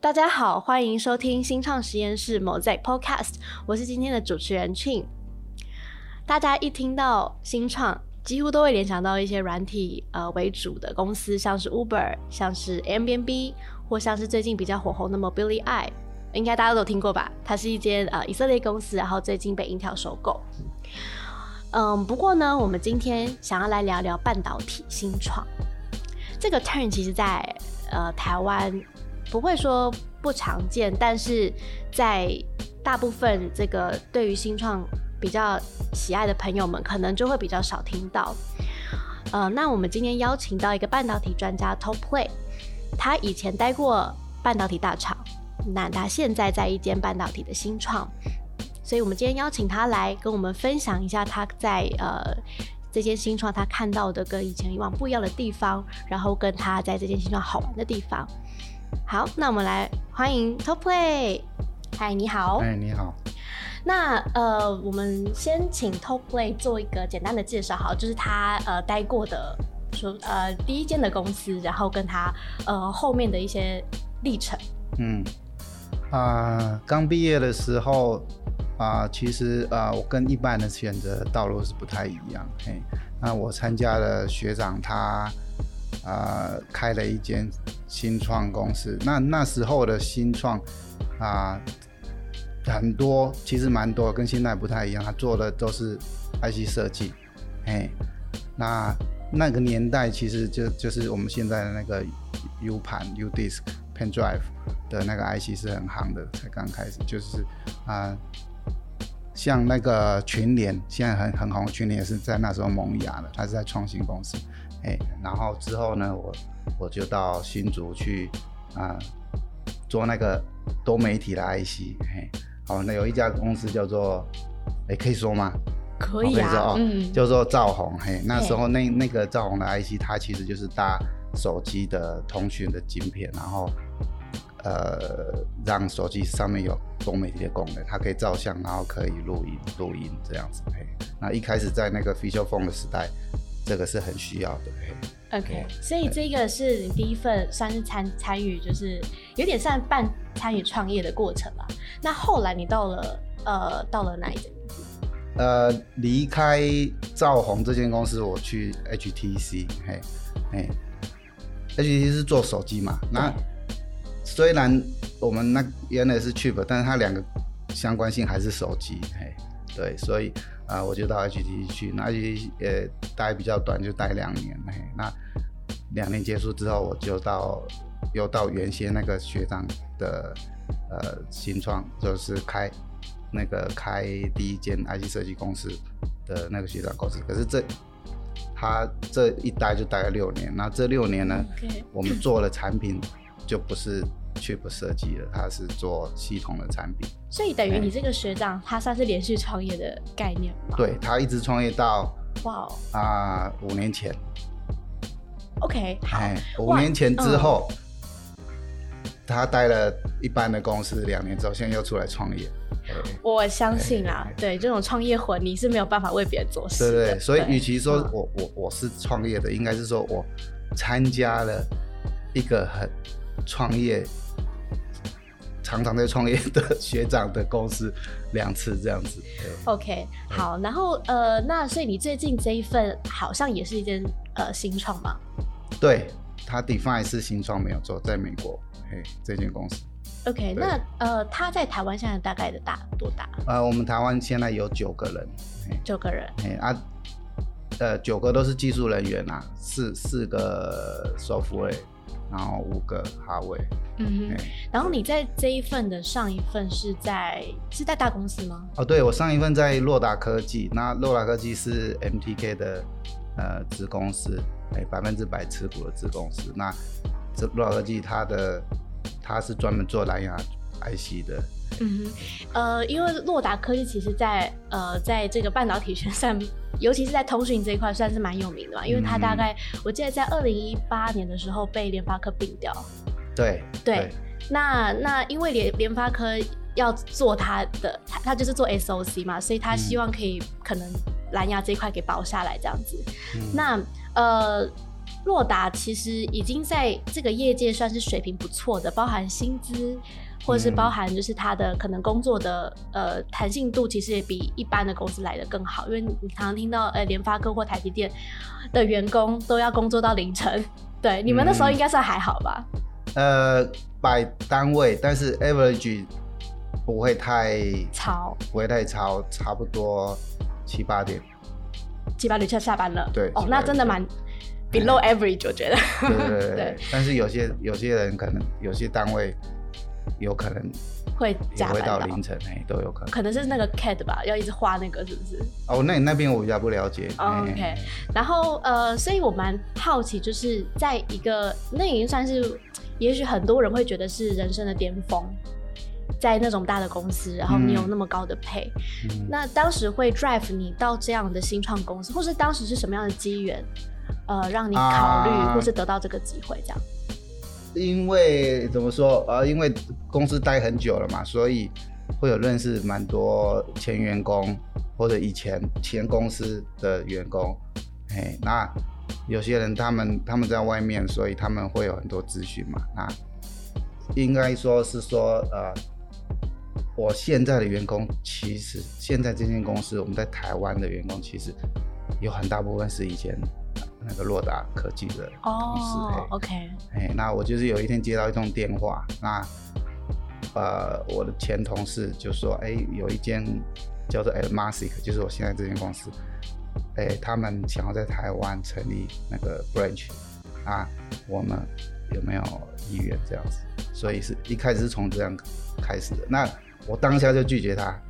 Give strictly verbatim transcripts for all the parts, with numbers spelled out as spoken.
大家好，欢迎收听新创实验室 Mosaic Podcast， 我是今天的主持人 Chin。大家一听到新创，几乎都会联想到一些软体呃为主的公司，像是 Uber， 像是 Airbnb， 或像是最近比较火红的 Mobileye， 应该大家都有听过吧？它是一间呃以色列公司，然后最近被 Intel 收购。嗯，不过呢，我们今天想要来聊聊半导体新创这个 term， 其实在呃台湾不会说不常见，但是在大部分这个对于新创比较喜爱的朋友们，可能就会比较少听到。呃，那我们今天邀请到一个半导体专家 Toplay， 他以前待过半导体大厂，那他现在在一间半导体的新创，所以我们今天邀请他来跟我们分享一下他在呃这间新创他看到的跟以前以往不一样的地方，然后跟他在这间新创好玩的地方。好，那我们来欢迎 Toplay。嗨，你好。 哎，你好。 那呃，我们先请 Toplay 做一个简单的介绍，好，就是他呃待过的说呃第一间的公司，然后跟他呃后面的一些历程。 嗯，啊，刚、呃、毕业的时候啊、呃，其实啊、呃，我跟一般人的选择道路是不太一样。嘿，那我参加了学长他。呃，开了一间新创公司，那那时候的新创啊、呃，很多其实蛮多，跟现在不太一样，他做的都是 I C 设计，哎，那那个年代其实就就是我们现在的那个 U 盘、U Disk、Pen Drive 的那个 I C 是很夯的，才刚开始，就是啊、呃，像那个群联，现在很很红的群联也是在那时候萌芽的，它是在创新公司。欸、然后之后呢，我我就到新竹去啊、呃、做那个多媒体的 I C。嘿，好，那有一家公司叫做，哎、欸，可以说吗？ 可以啊， 哦、嗯，叫做兆宏。嘿，那时候那那个兆宏的 I C， 它其实就是搭手机的通讯的晶片，然后呃让手机上面有多媒体的功能，它可以照相，然后可以录音录音这样子。嘿，那一开始在那个 Feature Phone 的时代。这个是很需要的。 OK， 所以这个是你第一份算是参参与，就是有点像半参与创业的过程吧。那后来你到了呃到了哪一间公司？ 呃，离开兆宏这间公司，我去 H T C。嘿，嘿 ，H T C 是做手机嘛？那虽然我们那原来是 chip， 但是它两个相关性还是手机。嘿，对，所以。啊、呃，我就到 H T C 去，那 H T C 呃待比较短，就待两年。嘿，那两年结束之后，我就到又到原先那个学长的呃新创，就是开那个开第一间 I C 设计公司的那个学长公司。可是这他这一待就待了六年，那这六年呢， okay. 我们做的产品就不是 chip 设计了，它是做系统的产品。 所以等于你这个学长，他算是连续创业的概念吗？ 对，他一直创业到哇啊五年前。 OK， 好， 五年前之后，嗯、他待了一般的公司两年之后，现在又出来创业。 我相信啊，对这种创业魂，你是没有办法为别人做事的。 对对，所以与其说我、嗯、我我是创业的，应该是说我参加了一个很创业。常常在创业的学长的公司两次这样子。 OK， 好，然后呃，那所以你最近这一份好像也是一间呃新创吗？ 对，他 Define 是新创没有做，在美国，嘿，这间公司。 OK， 那呃，他在台湾现在大概的大多大？ 呃，我们台湾现在有九个人。 九个人。 嘿啊，呃，九个都是技术人员啊，四四个 software。然后五个哈位， 嗯哼，然后你在这一份的上一份是在是在大公司吗？ 哦，对，我上一份在洛达科技，那洛达科技是 M T K 的呃子公司，哎，百分之百持股的子公司。那这洛达科技它的它是专门做蓝牙 I C 的。 嗯哼，呃，因为洛达科技其实在呃在这个半导体圈上，尤其是在通讯这一块算是蛮有名的嘛，因为它大概、嗯、我记得在二零一八年的时候被联发科并掉。 对对, 对，那那因为联联发科要做它的，它它就是做 S O C 嘛，所以它希望可以、嗯、可能蓝牙这一块给包下来这样子。嗯、那呃。 洛达其实已经在这个业界算是水平不错的，包含薪资，或者是包含就是他的可能工作的呃弹性度，其实也比一般的公司来得更好。因为你常常听到呃联发科或台积电的员工都要工作到凌晨，对，你们那时候应该算还好吧？ 嗯、呃，摆单位，但是 average 不会太超， 不会太超，差不多七八点， 七八点就下班了。 对， 哦，那真的蛮。below average 我觉得对对 对, 对但是有些有些人可能有些单位有可能会加班到凌晨，哎，都有可能。 可能是那个 C A D 吧，要一直画那个是不是？ 哦，那你那边我比较不了解。 Oh, OK， 然后呃，所以我蛮好奇，就是在一个那已经算是，也许很多人会觉得是人生的巅峰。在那种大的公司，然后你有那么高的配、嗯，那当时会 drive 你到这样的新创公司，或是当时是什么样的机缘，呃，让你考虑、啊、或是得到这个机会这样？ 因为怎么说，呃，因为公司待很久了嘛，所以会有认识蛮多前员工或者以前前公司的员工，嘿，那有些人他们他们在外面，所以他们会有很多资讯嘛，那应该说是说，呃。我现在的员工，其实现在这间公司，我们在台湾的员工，其实有很大部分是以前那个洛达科技的同事。 哦 ，OK， 哎，那我就是有一天接到一通电话，那呃，我的前同事就说，哎，有一间叫做 Elmasic， 就是我现在这间公司，哎，他们想要在台湾成立那个 branch， 啊，我们有没有意愿这样子？所以是一开始是从这样开始的。那我当下就拒绝他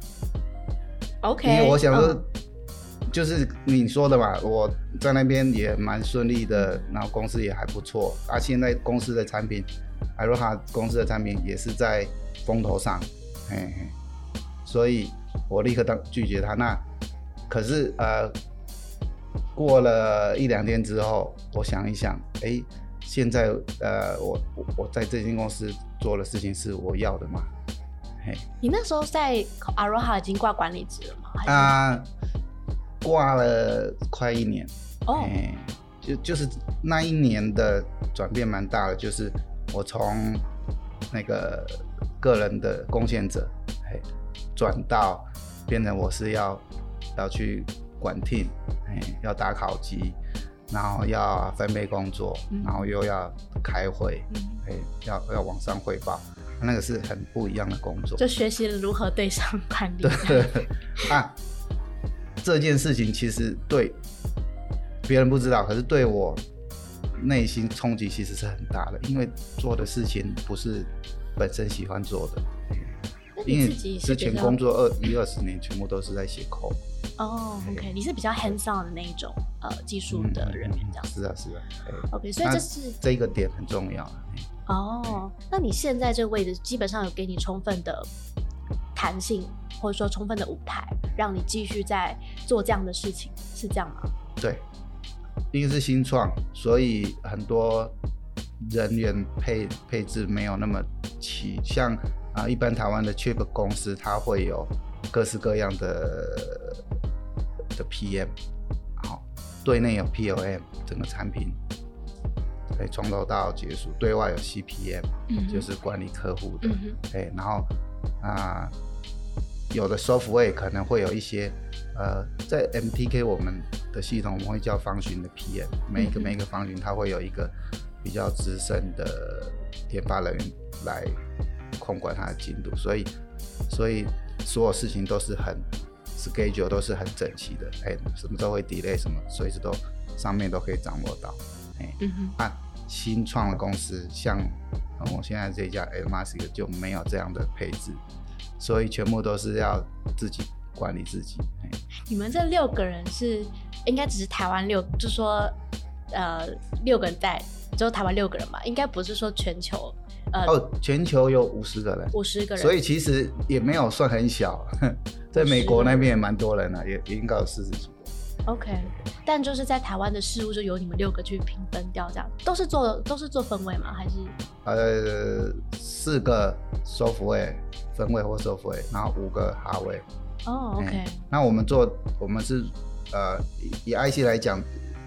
，OK， 因为我想说，嗯、就是你说的嘛，我在那边也蛮顺利的，然后公司也还不错，啊，现在公司的产品，Iroha公司的产品也是在风头上，嘿嘿，所以我立刻当拒绝他。那可是呃，过了一两天之后，我想一想，哎，现在呃，我我在这间公司做的事情是我要的嘛？ 你那时候在 Iroha 已经挂管理职了吗？ 啊、呃，挂了快一年。 哦， 就就是那一年的转变蛮大的，就是我从那个个人的贡献者，哎，转到变成我是要要去管 team， 哎，要打考绩，然后要分配工作，嗯、然后又要开会，嗯、哎，要要往上汇报。那个是很不一样的工作， 就学习了如何对上管理。 对啊，这件事情其实对别人不知道，可是对我内心冲击其实是很大的，因为做的事情不是本身喜欢做的。因为之前工作二一二十年，全部都是在写 code。 哦 ，OK， 你是比较 hands on 的那一种呃技术的人员，这样、嗯。 是啊，是啊。 OK， 所以这是这一个点很重要。 哦，那你现在这个位置基本上有给你充分的弹性，或者说充分的舞台，让你继续在做这样的事情，是这样吗？ 对，因为是新创，所以很多人员配配置没有那么齐，像啊、呃、一般台湾的 chip 公司，它会有各式各样的的 P M， 好，对内有 P L M， 整个产品。对，从头到结束，对外有 C P M，、嗯、就是管理客户的，嗯、对，然后啊、呃，有的 software 可能会有一些，呃，在 M T K 我们的系统我们会叫方群的 P M， 每一个、嗯、每一个方群它会有一个比较资深的研发人员来控管它的进度，所以所以所有事情都是很 schedule 都是很整齐的，哎，什么时候会 delay 什么，随时都上面都可以掌握到。嗯哼，啊，新创的公司像我现在这家 Elmasic 就没有这样的配置，所以全部都是要自己管理自己。 你们这六个人是应该只是台湾六，就说呃六个人在，只有台湾六个人嘛，应该不是说全球。呃、 哦，全球有五十个人， 五十个人， 所以其实也没有算很小，在美国那边也蛮多人了，也也应该有四十几个。 OK， 但就是在台湾的事务就由你们六个去平分掉，这样都是做都是做分位吗？还是呃四个 software 分位或 software， 然后五个 hardware。 哦 ，OK、嗯。 那我们做我们是呃以 I C 来讲，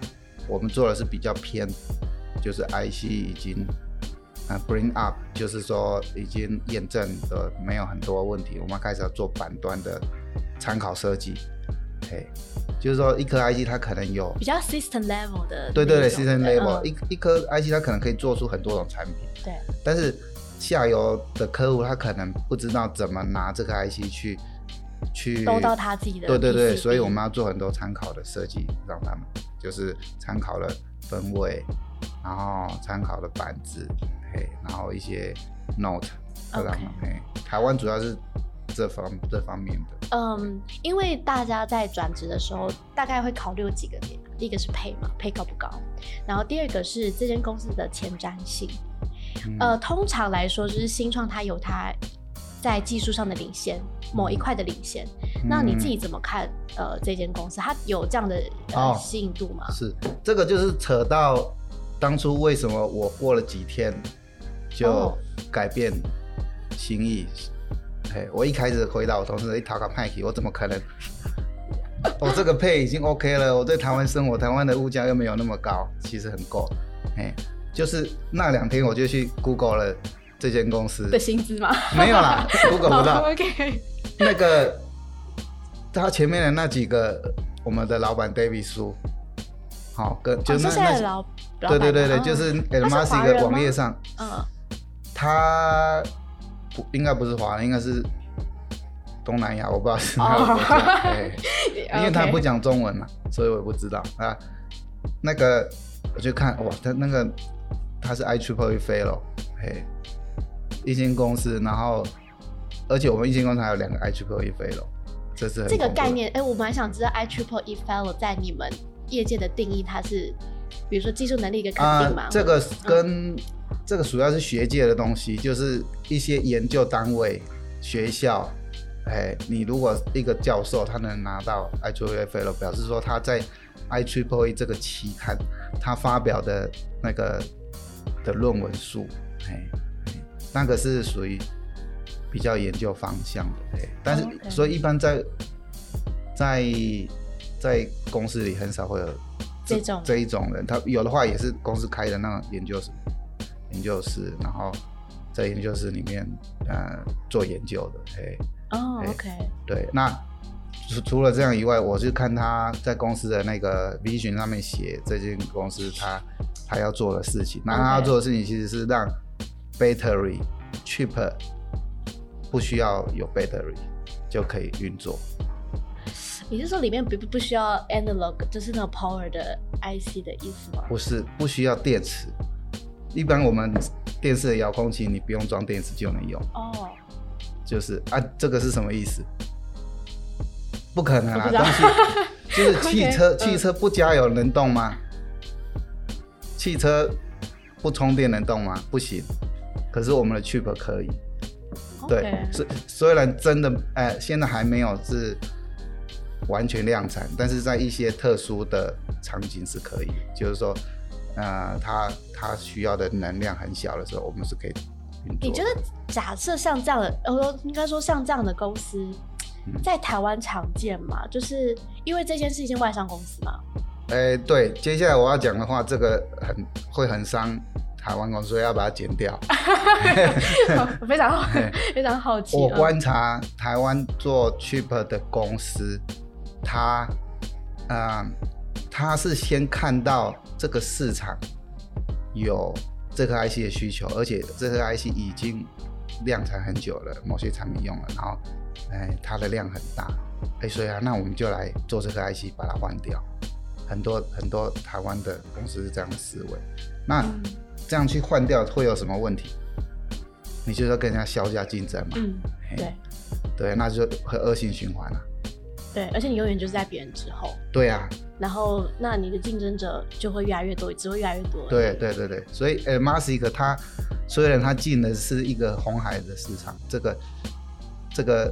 我们做的是比较偏，就是 I C 已经呃 bring up， 就是说已经验证的没有很多问题，我们开始要做板端的参考设计。嘿，就是说一颗 I C 它可能有比较 system level 的， 对对对 system level，、 嗯、 一一颗 I C 它可能可以做出很多种产品， 对， 但是下游的客户他可能不知道怎么拿这个 I C 去去兜到他自己的 P C B， 对对对，所以我们要做很多参考的设计，让他们就是参考了分位，然后参考的板子，嘿，然后一些 note， 让他们、okay. 台湾主要是这方这方面的。 嗯，因为大家在转职的时候，大概会考虑几个点，第一个是配嘛，配高不高，然后第二个是这间公司的前瞻性。嗯、呃，通常来说，就是新创它有它在技术上的领先，某一块的领先。嗯、那你自己怎么看？呃，这间公司它有这样的、呃哦、吸引度吗？ 是，这个就是扯到当初为什么我过了几天就改变心意。哦我一开始回答我同事一讨个派系，我怎么可能？我、哦、这个配已经 OK 了，我对台湾生活，台湾的物价又没有那么高，其实很够。哎，就是那两天我就去 Google 了这间公司的薪资吗？ 没有啦，Google 不到。 oh, OK。 那个他前面的那几个，我们的老板 David 苏，好、哦、跟就那、 哦、是那老对对对对，就是 Elmas 一个网页上， 嗯， 他。应该不是华人，应该是东南亚，我不知道是哪个国家， oh. 因为他不讲中文嘛，所以我也不知道啊。那个我就看哇，他那个他是 I Triple E Fellow， 嘿，一间公司，然后而且我们一间公司还有两个 I Triple E Fellow， 这是很这个概念。哎、欸，我蛮想知道 I Triple E Fellow 在你们业界的定义，它是比如说技术能力一个肯定嘛？ 啊、这个跟、嗯这个主要是学界的东西，就是一些研究单位、学校，哎，你如果一个教授他能拿到 I Triple E Fellow， 表示说他在 I Triple E 这个期刊他发表的那个的论文数，哎，那个是属于比较研究方向的，哎，但是、oh, okay. 所以一般在在在公司里很少会有这种这一种人，他有的话也是公司开的那种研究所。研究室，然后在研究室里面呃做研究的，嘿， 哦、oh, ，OK， 对，那除了这样以外，我是看他在公司的那个 vision 上面写这间公司他他要做的事情，那他要做的事情其实是让 battery chip 不需要有 battery 就可以运作。 你是说里面不不需要 analog， 就是那种 power 的 I C 的意思吗？ 不是，不需要电池。一般我们电视的遥控器，你不用装电池就能用。哦、oh. ，就是啊，这个是什么意思？不可能啦，东西就是汽车， okay, 汽车不加油能动吗？汽车不充电能动吗？不行。可是我们的 chip 可以。Okay. 对，虽虽然真的，呃，现在还没有是完全量产，但是在一些特殊的场景是可以，就是说。呃，它它需要的能量很小的时候，我们是可以运作的。 你觉得假设像这样的，呃，应该说像这样的公司，在台湾常见吗？就是因为这间是一间外商公司嘛。 哎、欸，对，接下来我要讲的话，这个很会很伤台湾公司，所以要把它剪掉。 我非常好非常好奇。 我观察台湾做 chip 的公司，它，呃，它是先看到这个市场有这颗 I C 的需求，而且这颗 I C 已经量产很久了，某些产品用了，然后，哎，它的量很大，哎，所以啊，那我们就来做这颗 I C， 把它换掉。很多很多台湾的公司是这样的思维，那这样去换掉会有什么问题？你就是要跟人家削价竞争嘛， 嗯，对， 对，那就会恶性循环了。 对，而且你永远就是在别人之后。 对啊。 然后，那你的竞争者就会越来越多，只会越来越多。 对对对对，所以呃 ，Elmas 它虽然它进的是一个红海的市场，这个这个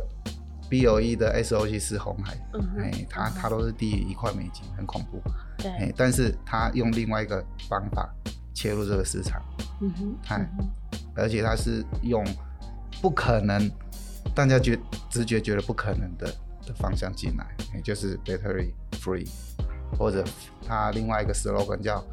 B O E 的 S O C 是红海，嗯哎，它它都是低于一块美金，很恐怖。 对， 哎，但是它用另外一个方法切入这个市场，嗯哼，哎，而且它是用不可能，大家觉直觉觉得不可能的的方向进来，也就是 battery free。 或者它另外一个 slogan 叫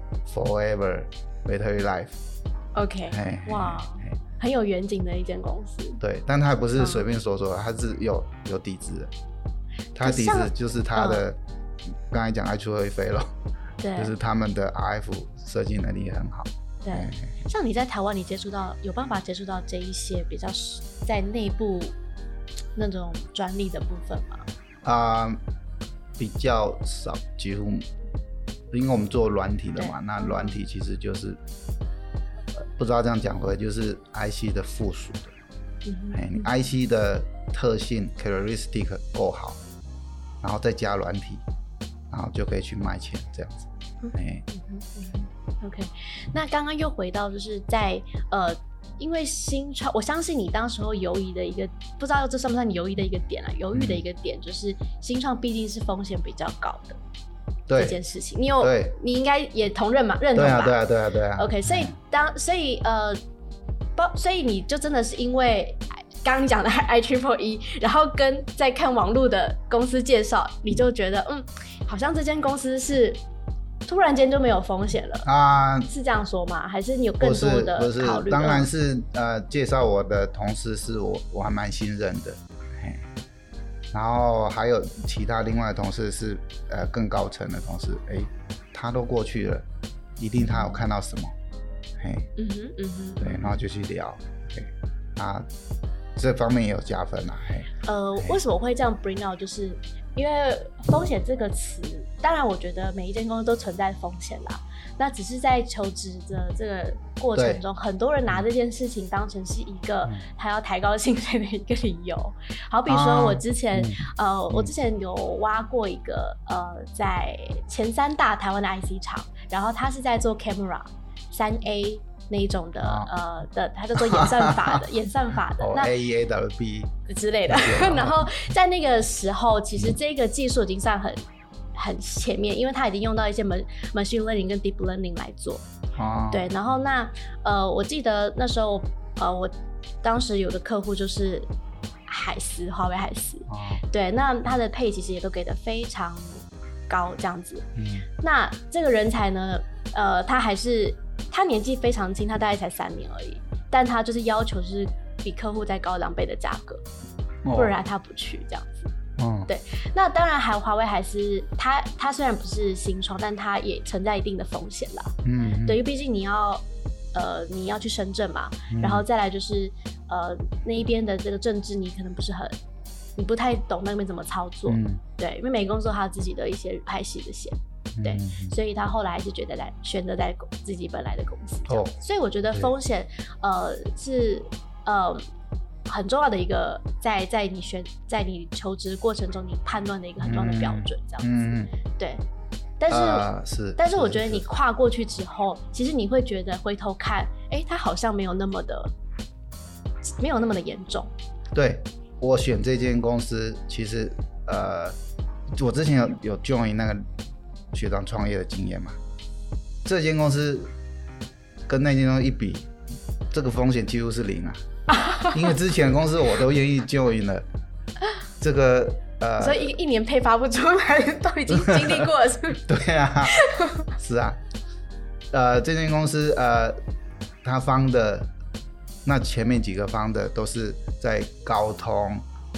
Forever Battery Life。 OK， 哇，很有远景的一间公司。 对，但它不是随便说说的，它是有有底子的。它底子就是它的，刚、嗯、才讲 I two 会飞了，对，就是他们的 R F 设计能力很好。 对，像你在台湾，你接触到有办法接触到这一些比较在内部那种专利的部分吗？啊、 呃，比较少，几乎，因为我们做软体的嘛，那软体其实就是。不知道这样讲会就是 I C 的附属的，嗯欸、你 I C 的特性 characteristic 够好，然后再加软体，然后就可以去卖钱这样子。嗯欸嗯嗯、OK， 那刚刚又回到就是在呃，因为新创，我相信你当时候犹豫的一个，不知道这算不算你犹豫的一个点啊？犹豫的一个点就是新创毕竟是风险比较高的。这件事情，你有，你应该也同认嘛，认同吧？ 对啊，对啊，对啊，对啊。 OK， 所以当，所以呃，包，所以你就真的是因为刚刚你讲的 I triple E， 然后跟在看网络的公司介绍，你就觉得嗯，好像这间公司是突然间就没有风险了啊？是这样说吗？还是你有更多的考虑？ 不是，不是，当然是呃，介绍我的同事是我我还蛮信任的。然后还有其他另外的同事是呃更高层的同事，哎，他都过去了，一定他有看到什么，嘿，嗯哼嗯哼，对，然后就去聊，嘿，啊，这方面也有加分啦，嘿。 呃，为什么会这样 bring out？ 就是因为风险这个词，当然我觉得每一间公司都存在风险啦。那只是在求职的这个过程中，很多人拿这件事情当成是一个他要抬高薪水的一个理由。好比说我之前、啊、呃，我之前有挖过一个呃，在前三大台湾的 I C 厂，然后他是在做 camera 三 A 那一种的、啊、呃的，他叫做演算法的演算法的， 哦、 那 A E A W B 之类的。然后在那个时候，其实这个技术已经算很。很前面，因为它已经用到一些 machine learning 跟 deep learning 来做，啊、对。然后那呃，我记得那时候呃，我当时有的客户就是海思，华为海思，啊、对。那他的配其实也都给的非常高，这样子。嗯。那这个人才呢，呃，他还是他年纪非常轻，他大概才三年而已，但他就是要求是比客户再高两倍的价格，哦、不然他不去这样子。嗯，对，那当然还华为还是它，它虽然不是新创，但它也存在一定的风险啦。嗯，嗯，对，因为毕竟你要，呃，你要去深圳嘛，嗯、然后再来就是，呃，那一边的这个政治你可能不是很，你不太懂那边怎么操作。嗯，对，因为每个公司都有他自己的一些派系的线，对，嗯、所以他后来还是觉得在选择在自己本来的公司。哦，所以我觉得风险，呃，是呃。很重要的一个在在你选在你求职过程中你判断的一个很重要的标准，这样子，嗯、对。但是、呃、是，但是我觉得你跨过去之后，其实你会觉得回头看，哎，它好像没有那么的没有那么的严重。 对，我选这间公司，其实呃，我之前有有 join 那个学长创业的经验嘛，这间公司跟那间公司一比，这个风险几乎是零啊。因为之前的公司我都愿意 join 了，这个呃， 所以 一, 一年配发不出来，都已经经历过了，是不是？ 对啊，是啊，呃，这间公司呃，他方的那前面几个方的都是在高通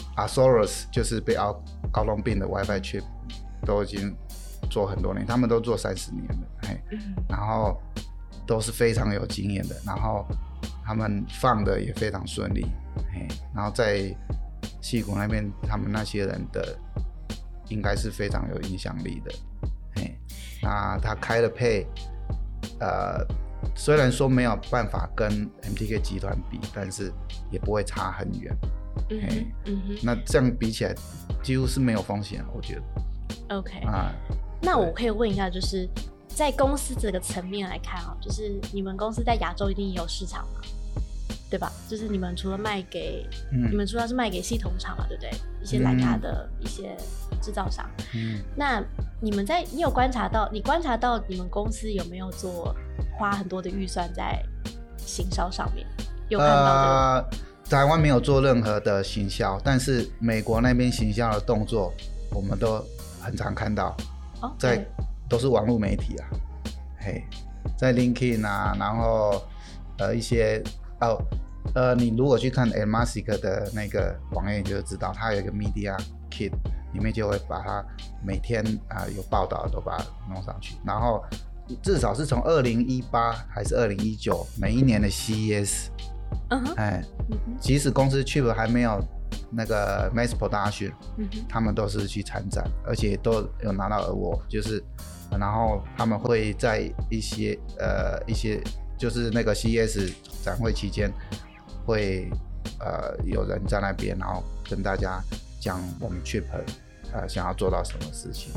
，Aorus 就是被高高通并的 WiFi chip 都已经做很多年，他们都做三十年了，嘿，然后都是非常有经验的，然后。他们放的也非常顺利，然后在矽谷那边，他们那些人的应该是非常有影响力的。那他开的配，呃，虽然说没有办法跟 M T K 集团比，但是也不会差很远。嗯哼嗯哼，那这样比起来，几乎是没有风险，我觉得。 OK 啊，那我可以问一下，就是在公司这个层面来看啊，就是你们公司在亚洲一定也有市场嘛？对吧？就是你们除了卖给，嗯、你们主要是卖给系统厂嘛，对不对？一些蓝牙的一些制造商。嗯，那你们在，你有观察到，你观察到你们公司有没有做花很多的预算在行销上面？有看到这个？呃， 台湾没有做任何的行销，但是美国那边行销的动作，我们都很常看到。 在、okay. 都是网络媒体啊，嘿，在 LinkedIn 啊，然后呃一些哦呃，你如果去看 Elon Musk 的那个网页，你就知道他有一个 Media Kit， 里面就会把它每天啊、呃、有报道都把它弄上去，然后至少是从二零一八还是二零一九每一年的 C E S， 嗯哼，哎，即使公司 Chip 还没有那个 Mass Production，嗯哼，他们都是去参展，而且都有拿到 award， 就是，然后他们会在一些呃一些就是那个 C E S 展会期间，会呃有人在那边，然后跟大家讲我们 Chip 呃想要做到什么事情。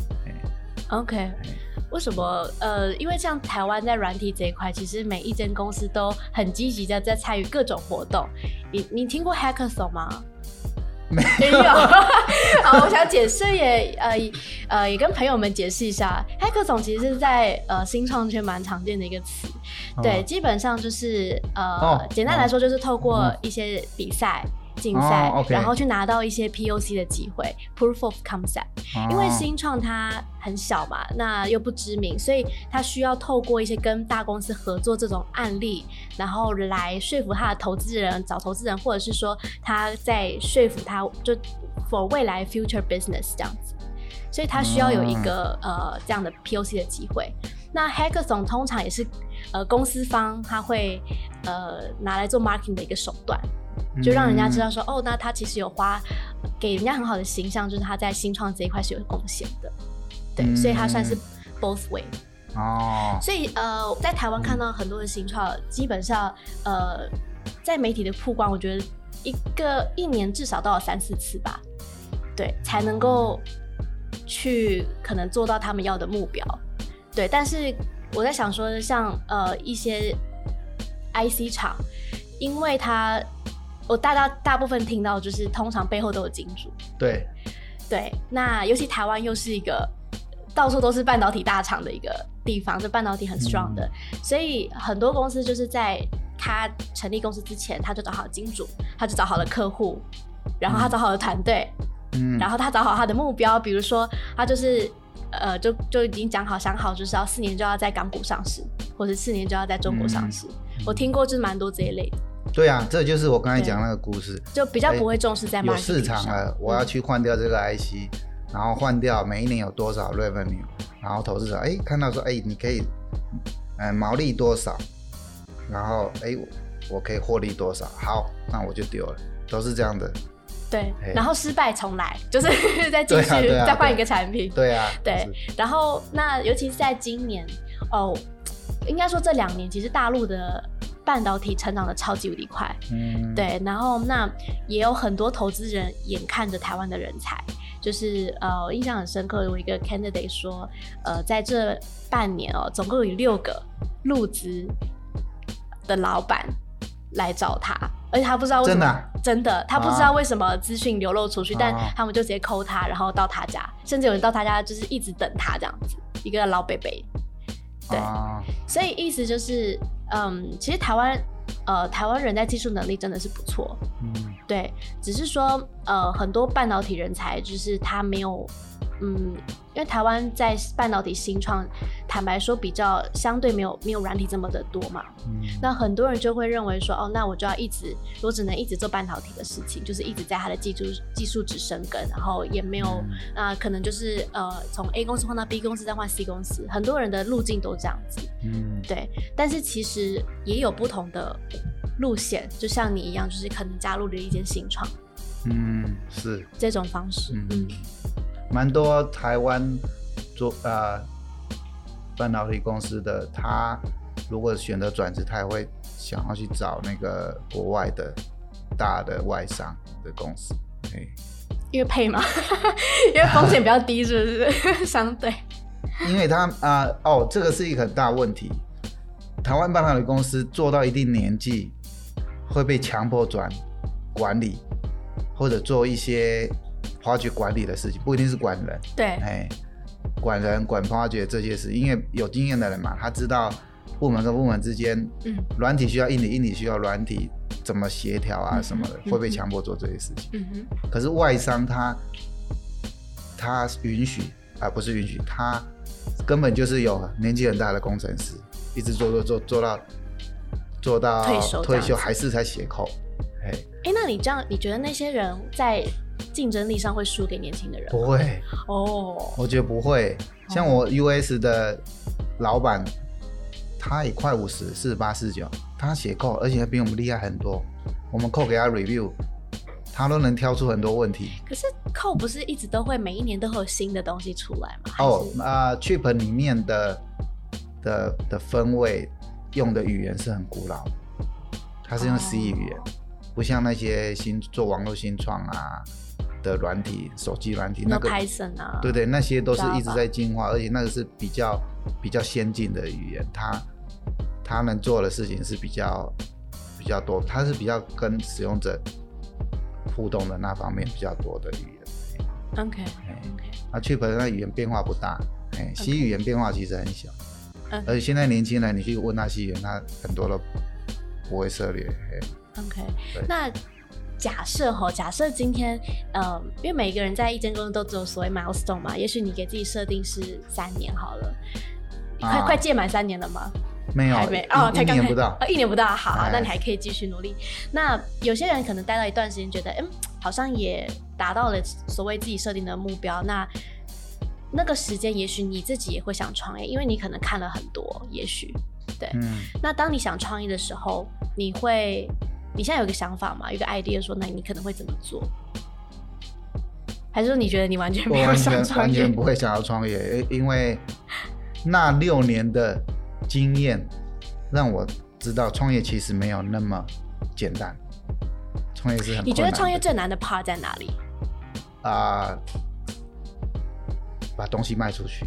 OK， 为什么？呃，因为像台湾在软体这一块，其实每一间公司都很积极的在参与各种活动。你你听过 Hackathon 吗？ 没有。好，我想解释也呃呃也跟朋友们解释一下 ，Hackathon 其实是在呃新创圈蛮常见的一个词。哦、对，基本上就是呃、哦、简单来说就是透过一些比赛。哦竞赛、哦 okay ，然后去拿到一些 P O C 的机会 ，Proof of Concept、哦。因为新创它很小嘛，那又不知名，所以它需要透过一些跟大公司合作这种案例，然后来说服他的投资人，找投资人，或者是说他在说服他，就 for 未来 future business 这样子。所以他需要有一个、嗯、呃这样的 P O C 的机会。那 Hackathon 通常也是呃公司方他会呃拿来做 marketing 的一个手段。就让人家知道说、嗯、哦，那他其实有花给人家很好的形象，就是他在新创这一块是有贡献的，对、嗯，所以他算是 both way 哦。所以呃，在台湾看到很多的新创，基本上呃，在媒体的曝光，我觉得一个一年至少都有三四次吧，对，才能够去可能做到他们要的目标，对。但是我在想说，像呃一些 I C 厂，因为它我大家大部分听到就是通常背后都有金主， 对对，那尤其台湾又是一个到处都是半导体大厂的一个地方，就半导体很 strong 的、嗯、所以很多公司就是在他成立公司之前他就找好了金主，他就找好了客户，然后他找好了团队、嗯、然后他找好他的目标，比如说他就是呃就就已经讲好想好就是要四年就要在港股上市，或者四年就要在中国上市、嗯、我听过就是蛮多这一类的。 对啊，这就是我刚才讲那个故事， 就比较不会重视在 marketing 上、欸、有市场了，我要去换掉这个 I C、嗯、然后换掉每一年有多少 revenue， 然后投资者哎看到说哎你可以、呃、毛利多少，然后哎我可以获利多少，好那我就丢了，都是这样的。 对，然后失败重来，就是再继续、啊啊、再换一个产品。 对啊， 对。然后那尤其是在今年哦，应该说这两年其实大陆的半导体成长的超级无敌快，嗯，对，然后那也有很多投资人眼看着台湾的人才，就是呃，我印象很深刻，有一个 candidate 说，呃，在这半年哦，总共有六个入资的老板来找他，而且他不知道为什么，真的、啊、真的，他不知道为什么资讯流露出去、啊，但他们就直接 call 他，然后到他家，甚至有人到他家就是一直等他这样子，一个老伯伯。对、啊，所以意思就是，嗯，其实台湾，呃，台湾人在技术能力真的是不错，嗯，对，只是说，呃，很多半导体人才就是他没有，嗯，因为台湾在半导体新创，坦白说比较相对没有没有软体这么的多嘛，嗯，那很多人就会认为说，哦，那我就要一直，我只能一直做半导体的事情，就是一直在他的技术技术值深耕，然后也没有，那、嗯呃、可能就是呃从 A 公司换到 B 公司再换 C 公司，很多人的路径都这样子，嗯，对，但是其实也有不同的路线，就像你一样，就是可能加入了一间新创， 嗯，是这种方式，嗯。嗯蛮多台湾做呃半导体公司的，他如果选择转职，他也会想要去找那个国外的大的外商的公司， 因为配嘛，因为风险比较低，是不是？相对， 因为他啊、呃、哦，这个是一个很大的问题。台湾半导体公司做到一定年纪，会被强迫转管理，或者做一些project 管理的事情，不一定是管人， 对， 哎，管人管 project 这些事，因为有经验的人嘛，他知道部门跟部门之间，嗯，软体需要硬体，硬体需要软体，怎么协调啊什么的，嗯、会被强迫做这些事情。嗯哼。可是外商他他允许啊，不是允许，他根本就是有年纪很大的工程师，一直做做做做到做到退休退休还是在写扣。哎、 欸，那你这样，你觉得那些人在竞争力上会输给年轻的人吗？ 不会哦， 我觉得不会。像我 U S 的老板，他也快五十，四十八、四十九，他写扣，而且比我们厉害很多。我们扣给他 review， 他都能挑出很多问题。 可是扣不是一直都会每一年都会有新的东西出来吗？ 哦，啊、呃、，Chip 里面的的的分位用的语言是很古老的，它是用 C 语言。哦，不像那些新做网络新创啊的软体，手机软体，那个 Python 啊， 对对，那些都是一直在进化，而且那个是比较比较先进的语言，它它能做的事情是比较比较多，它是比较跟使用者互动的那方面比较多的语言。 OK OK， 那 Chip 那语言变化不大，哎 ，C 语言变化其实很小， okay. 而且现在年轻人你去问他 C 语言，他很多都不会涉猎。 OK， 那假设哈，假设今天，呃，因为每个人在一间公司都只有所谓 milestone 嘛，也许你给自己设定是三年好了，啊、快快届满三年了吗？ 没有， 还没哦，才一年不到， 哦，一年不到，好，好，那你还可以继续努力。那有些人可能待到一段时间，觉得，嗯，好像也达到了所谓自己设定的目标，那那个时间，也许你自己也会想创业，因为你可能看了很多，也许，对，嗯，那当你想创业的时候，你会。你现在有个想法吗？有个 idea 说，那你可能会怎么做？还是说你觉得你完全没有想创业？ 我完全完全不会想要创业，因为那六年的经验让我知道创业其实没有那么简单，创业是很困难的。 你觉得创业最难的 part 在哪里？ 啊、呃，把东西卖出去。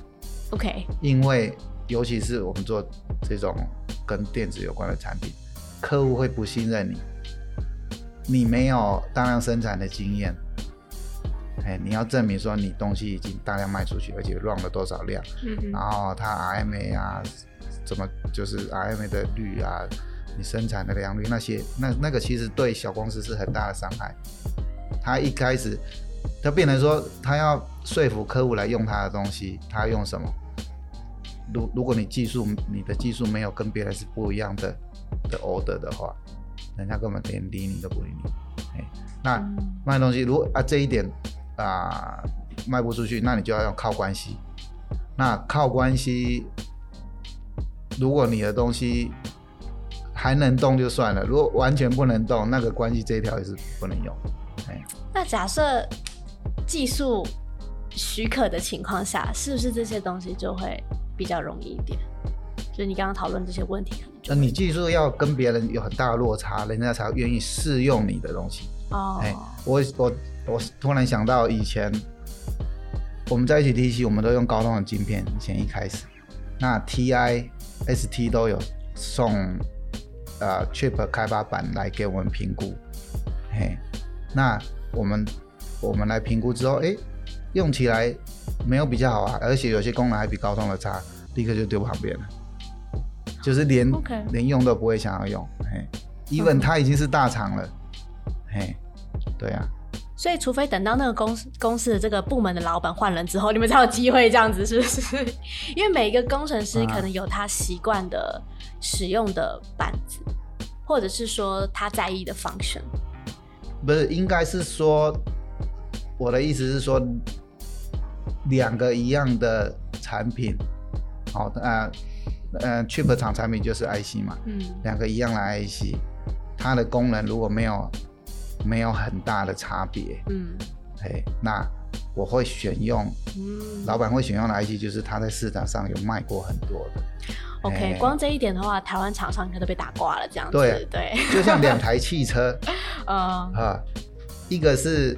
OK， 因为尤其是我们做这种跟电子有关的产品。客户会不信任你，你没有大量生产的经验，哎，你要证明说你东西已经大量卖出去，而且 run 了多少量，嗯、然后它 R M A 啊，怎么就是 R M A 的率啊，你生产的良率那些，那那个其实对小公司是很大的伤害。他一开始，他变成说他要说服客户来用他的东西，他要用什么？如如果你技术，你的技术没有跟别人是不一样的。的 order 的话，人家根本连理你都不理你。欸、那、嗯、卖东西，如果啊这一点啊、呃、卖不出去，那你就要用靠关系。那靠关系，如果你的东西还能动就算了，如果完全不能动，那个关系这一条也是不能用。欸、那假设技术许可的情况下，是不是这些东西就会比较容易一点？就是你刚刚讨论这些问题，可能就你技术要跟别人有很大的落差，人家才愿意试用你的东西。哦，欸、我我我突然想到以前我们在一起 T C， 我们都用高通的晶片，以前一开始，那 T I、S T 都有送呃 Chip 开发板来给我们评估。嘿，那我们我们来评估之后，哎、欸，用起来没有比较好啊，而且有些功能还比高通的差，立刻就丢旁边了。就是连、okay. 连用都不会想要用，嘿 ，even 它已经是大厂了，嘿，对啊。 所以，除非等到那个公司公司的这个部门的老板换人之后，你们才有机会这样子，是不是？因为每一个工程师可能有他习惯的使用的板子，啊、或者是说他在意的 function。 不是，应该是说，我的意思是说，两个一样的产品，好、哦，呃。呃 ，Chip 厂产品就是 I C 嘛，嗯，两个一样的 I C， 它的功能如果没有没有很大的差别，嗯，哎，那我会选用，嗯，老板会选用的 I C 就是他在市场上有卖过很多的。 OK， 光这一点的话，台湾厂商应该都被打挂了，这样子， 对对， 就像两台汽车， 嗯， 啊，一个是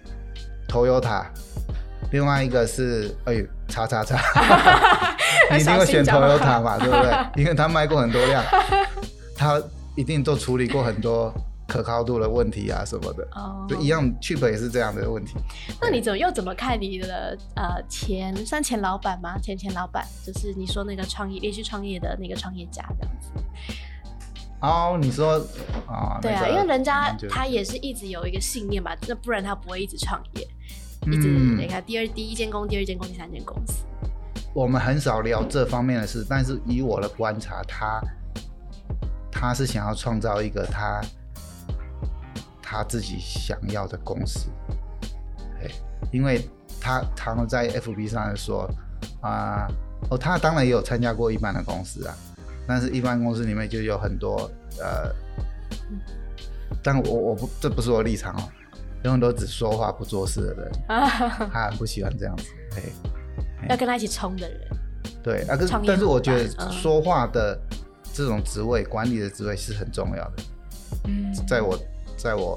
Toyota， 另外一个是哎呦叉叉叉。你一定会选 Toyota 嘛，对不对？因为他卖过很多辆，他一定都处理过很多可靠度的问题啊什么的。哦，就一样 ，Chip 也是这样的问题。 那你怎么又怎么看你的呃前算前老板吗？前前老板就是你说那个创业连续创业的那个创业家这样子。 哦，你说啊、哦， 对啊、 那個， 因为人家他也是一直有一个信念吧，那不然他不会一直创业，一直、嗯、你看第二第一间公司、第二间公司、第三间公司。 我们很少聊这方面的事，但是以我的观察，他他是想要创造一个他他自己想要的公司，因为他常常在 F B 上说啊、呃，哦，他当然也有参加过一般的公司啊，但是一般公司里面就有很多呃，但我我不这不是我的立场哦，有很多只说话不做事的人，他很不喜欢这样子， 要跟他一起冲的人。 对啊，可是但是我觉得说话的这种职位，管理的职位是很重要的。嗯，在我在我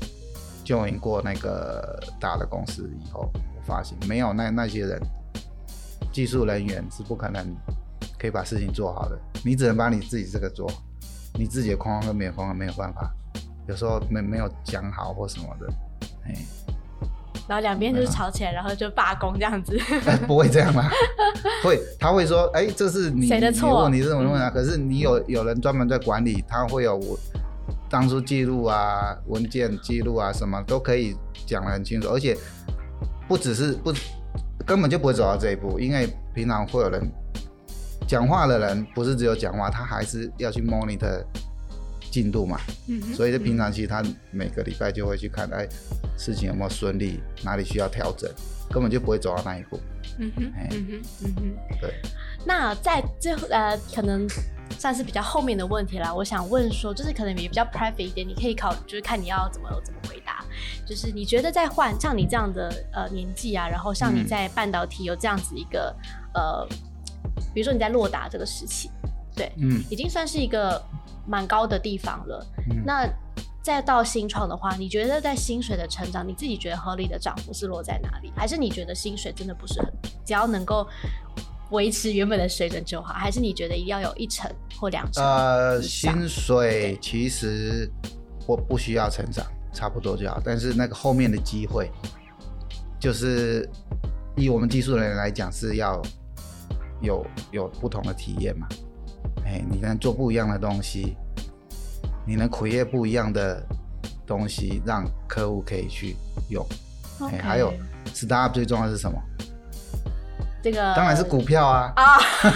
join 过那个大的公司以后，我发现没有那那些人，技术人员是不可能可以把事情做好的。你只能把你自己这个做，你自己的框框跟别人框框没有办法，有时候没没有讲好或什么的，哎。 然后两边就是吵起来，然后就罢工这样子。 不会这样啦，会他会说，哎、欸，这是你谁的错？ 你这种问题啊？可是你有有人专门在管理，他会有我当初记录啊、文件记录啊，什么都可以讲得很清楚，而且不只是不根本就不会走到这一步，因为平常会有人讲话的人，不是只有讲话，他还是要去 monitor 进度嘛，嗯、所以平常其实他每个礼拜就会去看，哎，事情有没有顺利，哪里需要调整，根本就不会走到那一步。嗯哼，嗯哼， 嗯哼，对。那在这呃，可能算是比较后面的问题啦。我想问说，就是可能也比较 private 一点，你可以考，就是看你要怎么怎么回答。就是你觉得在换像你这样的呃年纪啊，然后像你在半导体有这样子一个、嗯、呃，比如说你在洛达这个时期，对，嗯，已经算是一个蛮高的地方了。嗯、那再到新创的话，你觉得在薪水的成长，你自己觉得合理的涨幅是落在哪里？还是你觉得薪水真的不是很低，只要能够维持原本的水准就好？还是你觉得一定要有一成或两成？ 呃，薪水其实我不需要成长，差不多就好。但是那个后面的机会，就是以我们技术人来讲，是要有有不同的体验嘛。哎，你能做不一样的东西。你能 create 不一样的东西，让客户可以去用。Okay. 欸、还有 startup 最重要的是什么？ 这个当然是股票啊。啊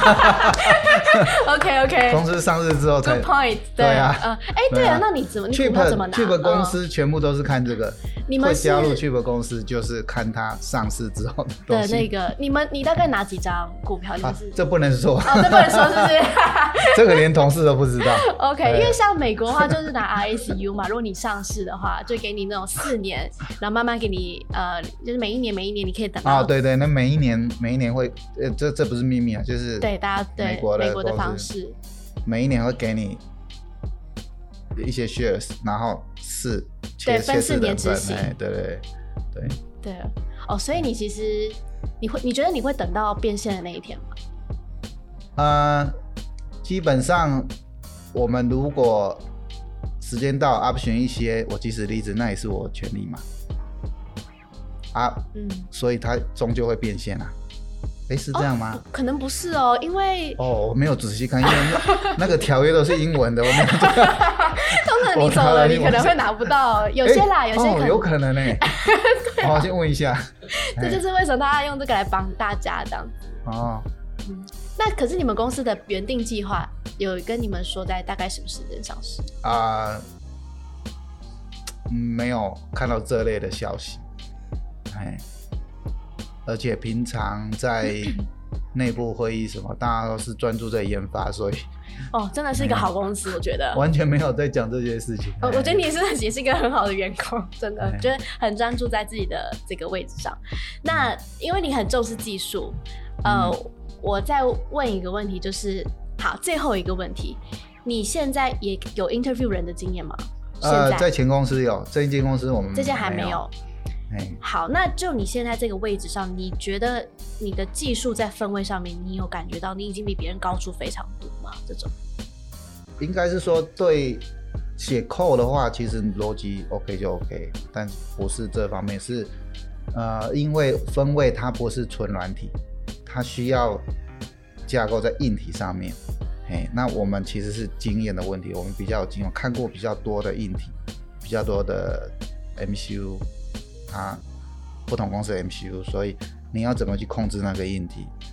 ，OK OK。 公司上市之后才 Good point。对啊，嗯，哎，对啊，那你怎么你股票怎么拿 ？Chip 公司全部都是看这个。你们会加入 Chip 公司，就是看它上市之后的东西。 的那个，你们你大概哪几张股票？你们是、 啊、这不能说。 哦，这不能说，是不是？ 这个连同事都不知道。 OK， 因为像美国的话，就是拿 R S U 嘛，如果你上市的话，就给你那种四年，然后慢慢给你呃，就是每一年每一年你可以等到。 啊，对对，那每一年每一年会，呃，这这不是秘密啊，就是对大家对美国的美国的方式， 每一年会给你一些 shares， 然后四对分四年执行， 对对对对哦，所以你其实你会你觉得你会等到变现的那一天吗？ 呃，基本上我们如果时间到 option 一些我即时离职，那也是我权利嘛。啊，嗯，所以它终究会变现啊。哎，是这样吗、 哦？可能不是哦，因为哦，我没有仔细看，因为 那, 那个条约都是英文的，我没有。 通常你走了，你可能会拿不到，有些啦，有些可能、 哦、有可能呢、欸。好，先问一下。 这就是为什么大家用这个来帮大家这样子。哦，嗯，那可是你们公司的原定计划有跟你们说在大概什么时间上市？啊、呃嗯，没有看到这类的消息。哎。而且平常在内部会议什么，大家都是专注在研发，所以哦，真的是一个好公司，我觉得完全没有在讲这些事情。 我我觉得你是也是一个很好的员工，真的，就是很专注在自己的这个位置上。那因为你很重视技术，呃，嗯、我再问一个问题，就是好，最后一个问题，你现在也有 interview 人的经验吗？ 呃，在前公司有，这一间公司我们这间还没有。好，那就你现在这个位置上，你觉得你的技术在分位上面，你有感觉到你已经比别人高出非常多吗？这种应该是说，对写 code 的话，其实逻辑 OK 就 OK， 但不是这方面，是呃，因为分位它不是纯软体，它需要架构在硬体上面。嘿，那我们其实是经验的问题，我们比较有经验，看过比较多的硬体，比较多的 M C U。它不同公司的 M C U， 所以你要怎么去控制那个硬体？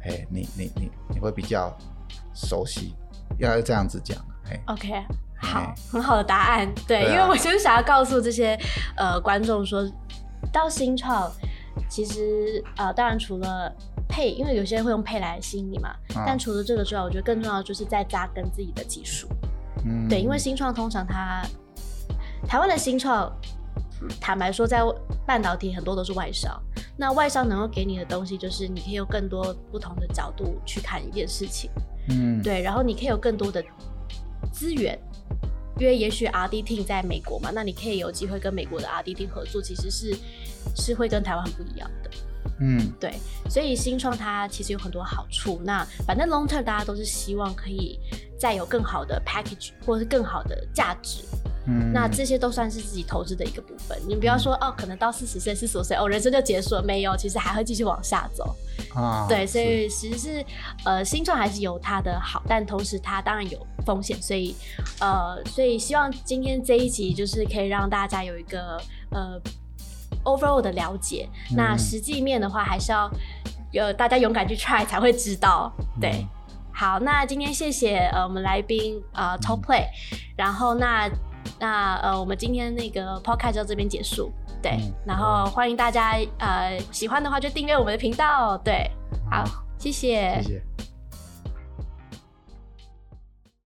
嘿，你你你你会比较熟悉，要这样子讲。嘿 OK， 好，很好的答案。对， 对啊、 因为我就是想要告诉这些呃观众说，到新创，其实呃，当然除了配，因为有些人会用配来吸引你嘛，啊、但除了这个之外，我觉得更重要的就是在扎根自己的技术。嗯，对，因为新创通常它台湾的新创，坦白说，在半导体很多都是外商，那外商能够给你的东西就是你可以有更多不同的角度去看一件事情。嗯，对，然后你可以有更多的资源。因为也许 R D team 在美国嘛，那你可以有机会跟美国的 R D team 合作，其实是是会跟台湾很不一样的。嗯，对，所以新创它其实有很多好处。那反正 long term 大家都是希望可以再有更好的 package 或者是更好的价值。嗯，那这些都算是自己投资的一个部分。你不要说、嗯、哦，可能到四十岁、四十五岁哦，人生就结束了，没有，其实还会继续往下走。啊，对，所以其实是呃，新创还是有它的好，但同时它当然有风险，所以呃，所以希望今天这一集就是可以让大家有一个呃 overall 的了解。嗯、那实际面的话，还是要有大家勇敢去 try 才会知道。对。嗯，好，那今天谢谢呃我们来宾呃 Top Play， 然后那那呃我们今天那个 podcast 就到这边结束，对，嗯、然后欢迎大家呃喜欢的话就订阅我们的频道，对，好，谢谢， 谢谢。